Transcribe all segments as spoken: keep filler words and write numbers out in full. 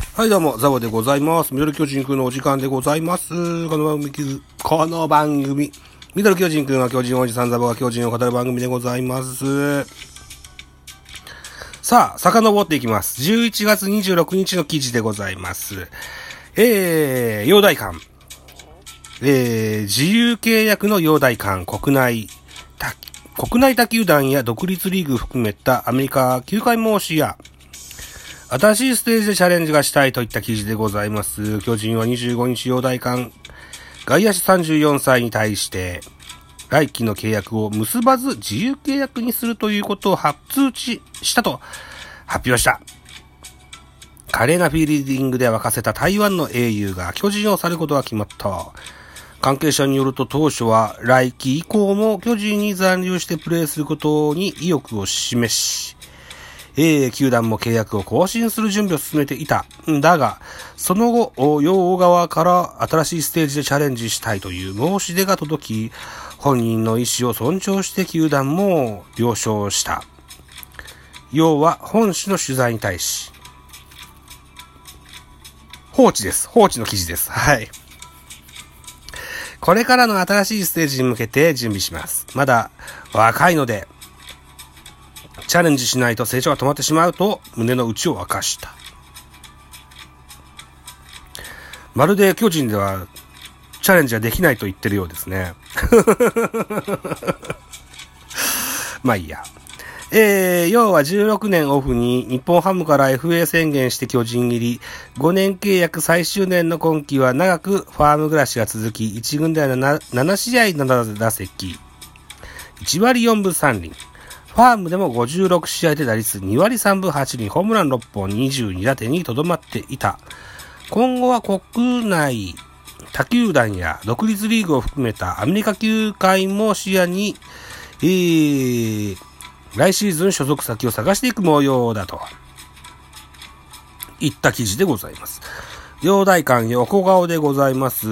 はいどうも、ザボでございます。ミドル巨人くんのお時間でございます。この番組、この番組、ミドル巨人くんは巨人おじさんザボが巨人を語る番組でございます。さあ、遡っていきます。じゅういちがつにじゅうろくにちの記事でございます。えー、陽大館。えー、自由契約の陽大館、国内、国内他球団や独立リーグ含めたアメリカ球界申しや、新しいステージでチャレンジがしたいといった記事でございます。巨人はにじゅうごにち陽大館、外野手さんじゅうよんさいに対して、来季の契約を結ばず自由契約にするということを通知したと発表した。華麗なフィールディングで沸かせた台湾の英雄が巨人を去ることが決まった。関係者によると当初は来季以降も巨人に残留してプレーすることに意欲を示し、えー、球団も契約を更新する準備を進めていた。んだが、その後、陽側から新しいステージでチャレンジしたいという申し出が届き、本人の意思を尊重して球団も了承した。陽は本誌の取材に対し、放置です。放置の記事です。はい。これからの新しいステージに向けて準備します。まだ若いので、チャレンジしないと成長が止まってしまうと胸の内を明かした。まるで巨人ではチャレンジはできないと言ってるようですね。まあいいや。えー、要はじゅうろくねんオフに日本ハムから エフエー 宣言して巨人入り、ごねん契約最終年の今季は長くファーム暮らしが続き、いち軍では 7, なな試合なな打席、いちわりよんぶさんりん、ファームでもごじゅうろくしあいで打率にわりさんぶはちりん、ホームランろっぽん、にじゅうにだてんにとどまっていた。今後は国内他球団や独立リーグを含めたアメリカ球界も視野に、えー、来シーズン所属先を探していく模様だといった記事でございます。陽大館横顔でございます。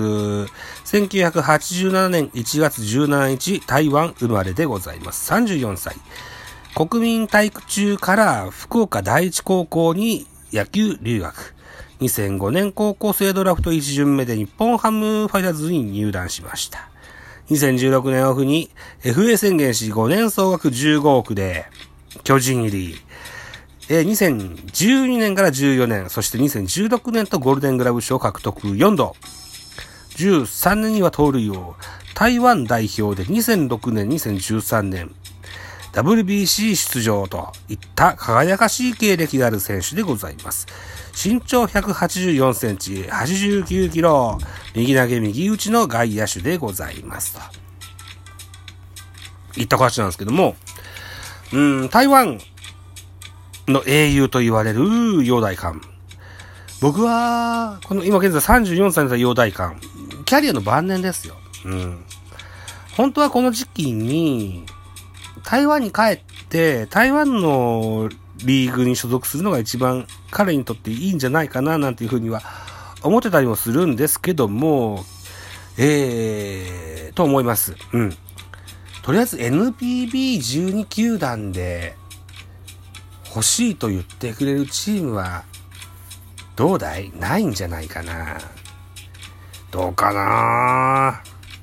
せんきゅうひゃくはちじゅうななねんいちがつじゅうしちにち台湾生まれでございます。さんじゅうよんさい。国民体育中から福岡第一高校に野球留学。にせんごねん高校生ドラフトいち巡目で日本ハムファイターズに入団しました。にせんじゅうろくねんオフに エフエー 宣言しごねん総額じゅうごおくで巨人入り。えー、にせんじゅうにねんからじゅうよねん、そしてにせんじゅうろくねんとゴールデングラブ賞を獲得よんど。じゅうさんねんには盗塁王。台湾代表でにせんろくねん、にせんじゅうさんねん、ダブリュービーシー 出場といった輝かしい経歴がある選手でございます。身長ひゃくはちじゅうよんセンチ、はちじゅうきゅうキロ、右投げ右打ちの外野手でございますといった形なんですけども、うーん、台湾の英雄と言われる陽大館。僕は、この今現在さんじゅうよんさいの陽大館、キャリアの晩年ですよ。うん。本当はこの時期に、台湾に帰って、台湾のリーグに所属するのが一番彼にとっていいんじゃないかな、なんていうふうには思ってたりもするんですけども、えー、と思います。うん。とりあえず エヌピービーじゅうに 球団で、欲しいと言ってくれるチームはどうだい？ないんじゃないかな。どうかな。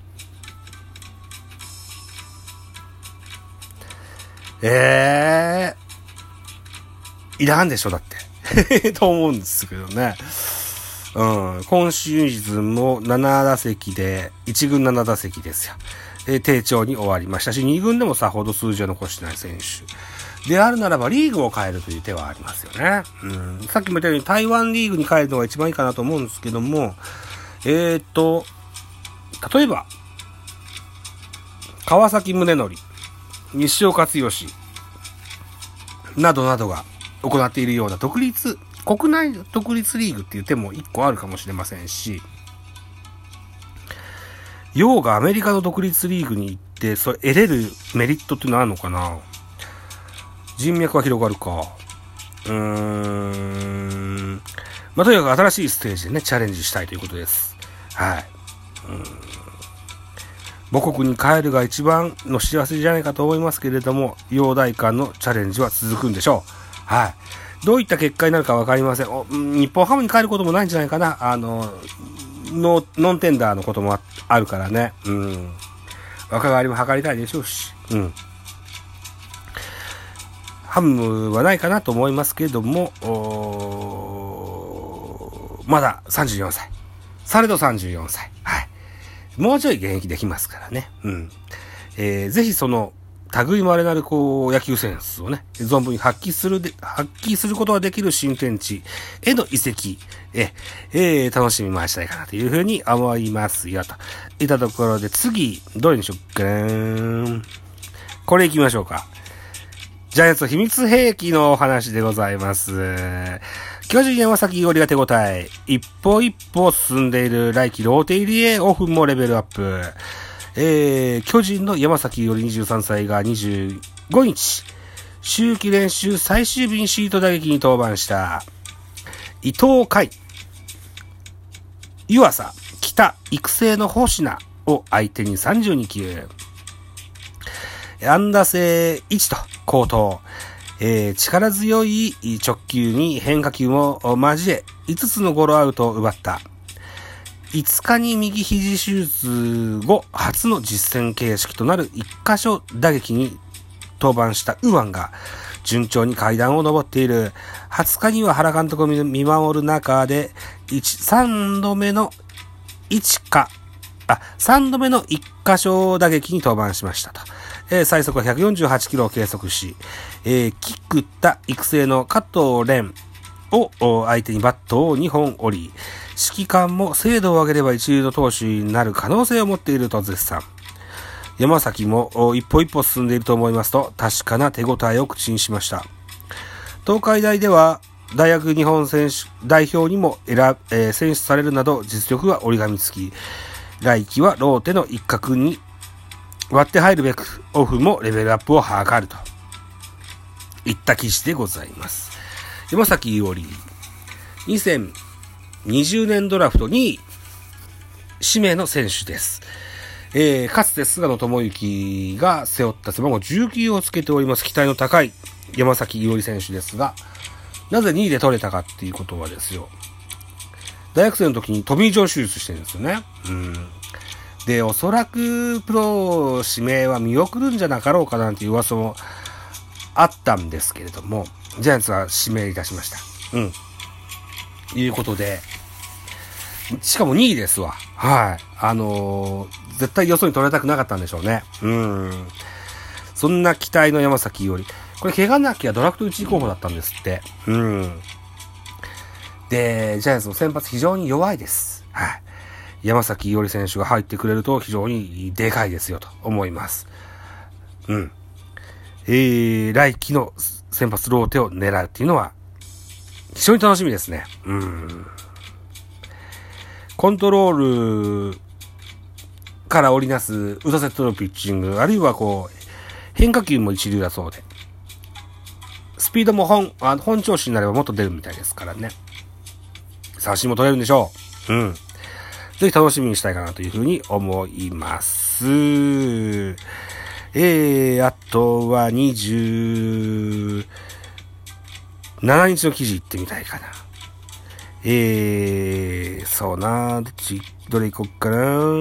えー、いらんでしょだってと思うんですけどね。うん、今シーズンもななだせきでいち軍ななだせきですよ。えー、低調に終わりましたし、に軍でもさほど数字を残してない選手であるならばリーグを変えるという手はありますよね。うん、さっきも言ったように台湾リーグに変えるのが一番いいかなと思うんですけども、えーと、例えば、川崎宗則、西尾勝義、などなどが行っているような独立、国内独立リーグっていう手も一個あるかもしれませんし、陽がアメリカの独立リーグに行って、それ得れるメリットっていうのはあるのかな。人脈は広がるか。うーん。まあ、とにかく新しいステージでね、チャレンジしたいということです。はい。うーん。母国に帰るが一番の幸せじゃないかと思いますけれども、陽大館のチャレンジは続くんでしょう。はい。 どういった結果になるかわかりません。お日本ハムに帰ることもないんじゃないかな。あの、ノ, ノンテンダーのことも あ, あるからね。うん。若返りも図りたいでしょうし。うん。ハムはないかなと思いますけども、まださんじゅうよんさい。されどさんじゅうよんさい。はい。もうちょい現役できますからね。うん。えー、ぜひその、類まれなるこう野球センスをね、存分に発揮するで、発揮することができる新天地への移籍、え、えー、楽しみましたいかなというふうに思いますよ、といったところで、次、どれにしよっかな。これ行きましょうか。ジャイアンツ秘密兵器のお話でございます。巨人山崎伊織が手応え、一歩一歩進んでいる来季ローテ入りへオフもレベルアップ。えー、巨人の山崎伊織にじゅうさんさいがにじゅうごにち、秋季練習最終日にシート打撃に登板した。伊藤海、湯浅、北、育成の星名を相手にさんじゅうにきゅう。安打性いちと好投。えー、力強い直球に変化球も交え、いつつのゴロアウトを奪った。いつかに右肘手術後初の実戦形式となるいっかしょ打撃に登板した右腕が順調に階段を上っている。はつかには原監督を見守る中でさんどめのいちかあさんどめのいっかしょ打撃に登板しましたと。えー、最速はひゃくよんじゅうはちキロを計測し、えー、菊田育成の加藤蓮を相手にバットをにほん折り、指揮官も精度を上げれば一流の投手になる可能性を持っていると絶賛。山崎も一歩一歩進んでいると思いますと確かな手応えを口にしました。東海大では大学日本選手代表にも選、えー、選出されるなど実力は折り紙付き。来季はローテの一角に割って入るべくオフもレベルアップを図るといった記事でございます。山崎伊織にせんにじゅうねんドラフトにい指名の選手です。えー、かつて菅野智之が背負った背番号じゅうきゅうをつけております。期待の高い山崎伊織選手ですが、なぜにいで取れたかっていうことはですよ、大学生の時にトミー・ジョン手術してるんですよね。うんで、おそらくプロ指名は見送るんじゃなかろうかなんていう噂もあったんですけれども、ジャイアンツは指名いたしました。うん。いうことで、しかもにいですわ。はい。あのー、絶対よそに取られたくなかったんでしょうね。うん。そんな期待の山崎伊織。これ怪我なきゃドラフトいちい候補だったんですって。うん。で、ジャイアンツの先発非常に弱いです。はい。山崎伊織選手が入ってくれると非常にでかいですよと思います。うん。えー、来季の先発ローテを狙うっていうのは非常に楽しみですね。うん。コントロールから織りなす打たせとるピッチング、あるいはこう変化球も一流だそうで、スピードも本あ本調子になればもっと出るみたいですからね。三振も取れるんでしょう。うん。ぜひ楽しみにしたいかなというふうに思います。えー、あとはにじゅうしちにちの記事行ってみたいかな。えー、そうな、どっち、どれ行こっかな。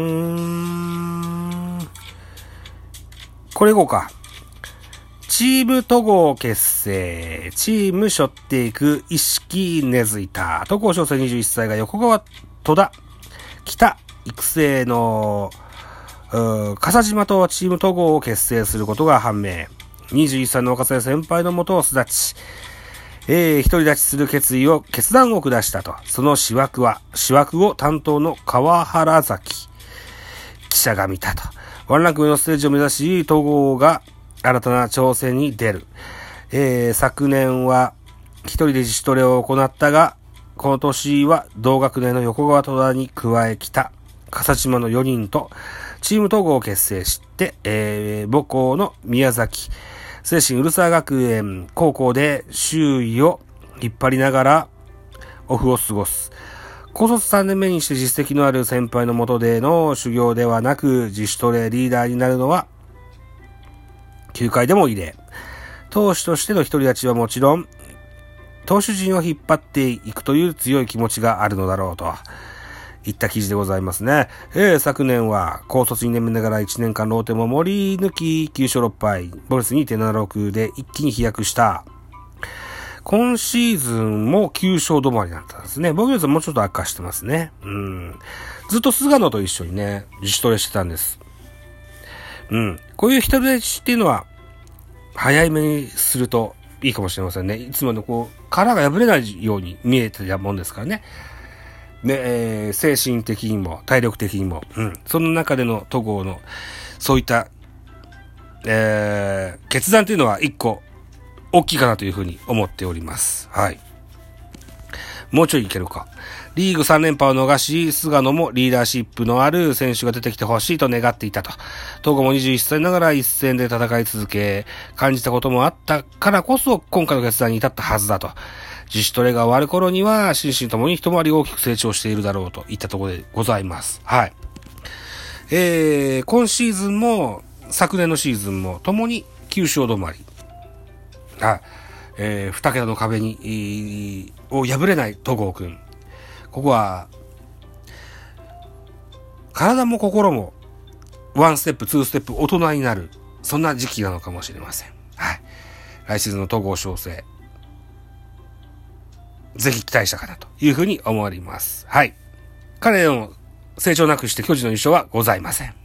これ行こうか。チーム統合結成。チーム背負っていく意識根付いた。戸郷翔征にじゅういっさいが横川戸田、北育成の笠島とチーム統合を結成することが判明。にじゅういっさいの若手先輩のもとを巣立ち、えー、独り立ちする決意を、決断を下したと。その主枠は、主枠を担当の川原崎記者が見たと。ワンランク上のステージを目指し、統合が新たな挑戦に出る。えー、昨年は一人で自主トレを行ったが、この年は同学年の横川戸田に加え北笠島のよにんとチーム統合を結成して、えー、母校の宮崎精神うるさ学園高校で周囲を引っ張りながらオフを過ごす。高卒さんねんめにして実績のある先輩の下での修行ではなく、自主トレリーダーになるのは球界でも異例。投手としての独り立ちはもちろん、 投手陣を引っ張っていくという強い気持ちがあるのだろうといった記事でございますね。えー、昨年は高卒にねんめながらいちねんかんローテも盛り抜ききゅうしょうろっぱい、ボルツ にてんななろく で一気に飛躍した。今シーズンもきゅうしょう止まりだったんですね。防御率はもうちょっと悪化してますね。うん。ずっと菅野と一緒にね、自主トレしてたんです。うん。こういう人レっていうのは、早いめにするといいかもしれませんね。いつものこう、殻が破れないように見えてたもんですからね。で、えー、精神的にも、体力的にも、うん。その中での戸郷の、そういった、えー、決断というのは一個、大きいかなというふうに思っております。はい。もうちょいいけるか。リーグさんれんぱを逃し、菅野もリーダーシップのある選手が出てきてほしいと願っていたと。戸郷もにじゅういっさいながら一戦で戦い続け、感じたこともあったからこそ、今回の決断に至ったはずだと。自主トレが終わる頃には、心身ともに一回り大きく成長しているだろうといったところでございます。はい。えー、今シーズンも、昨年のシーズンも、ともにきゅうしょう止まり。はい。えー、二桁の壁に、えー、を破れない戸郷くん。ここは、体も心も、ワンステップ、ツーステップ、大人になる。そんな時期なのかもしれません。はい。来シーズンの戸郷翔征。ぜひ期待したかなというふうに思います。はい。彼の成長なくして巨人の優勝はございません。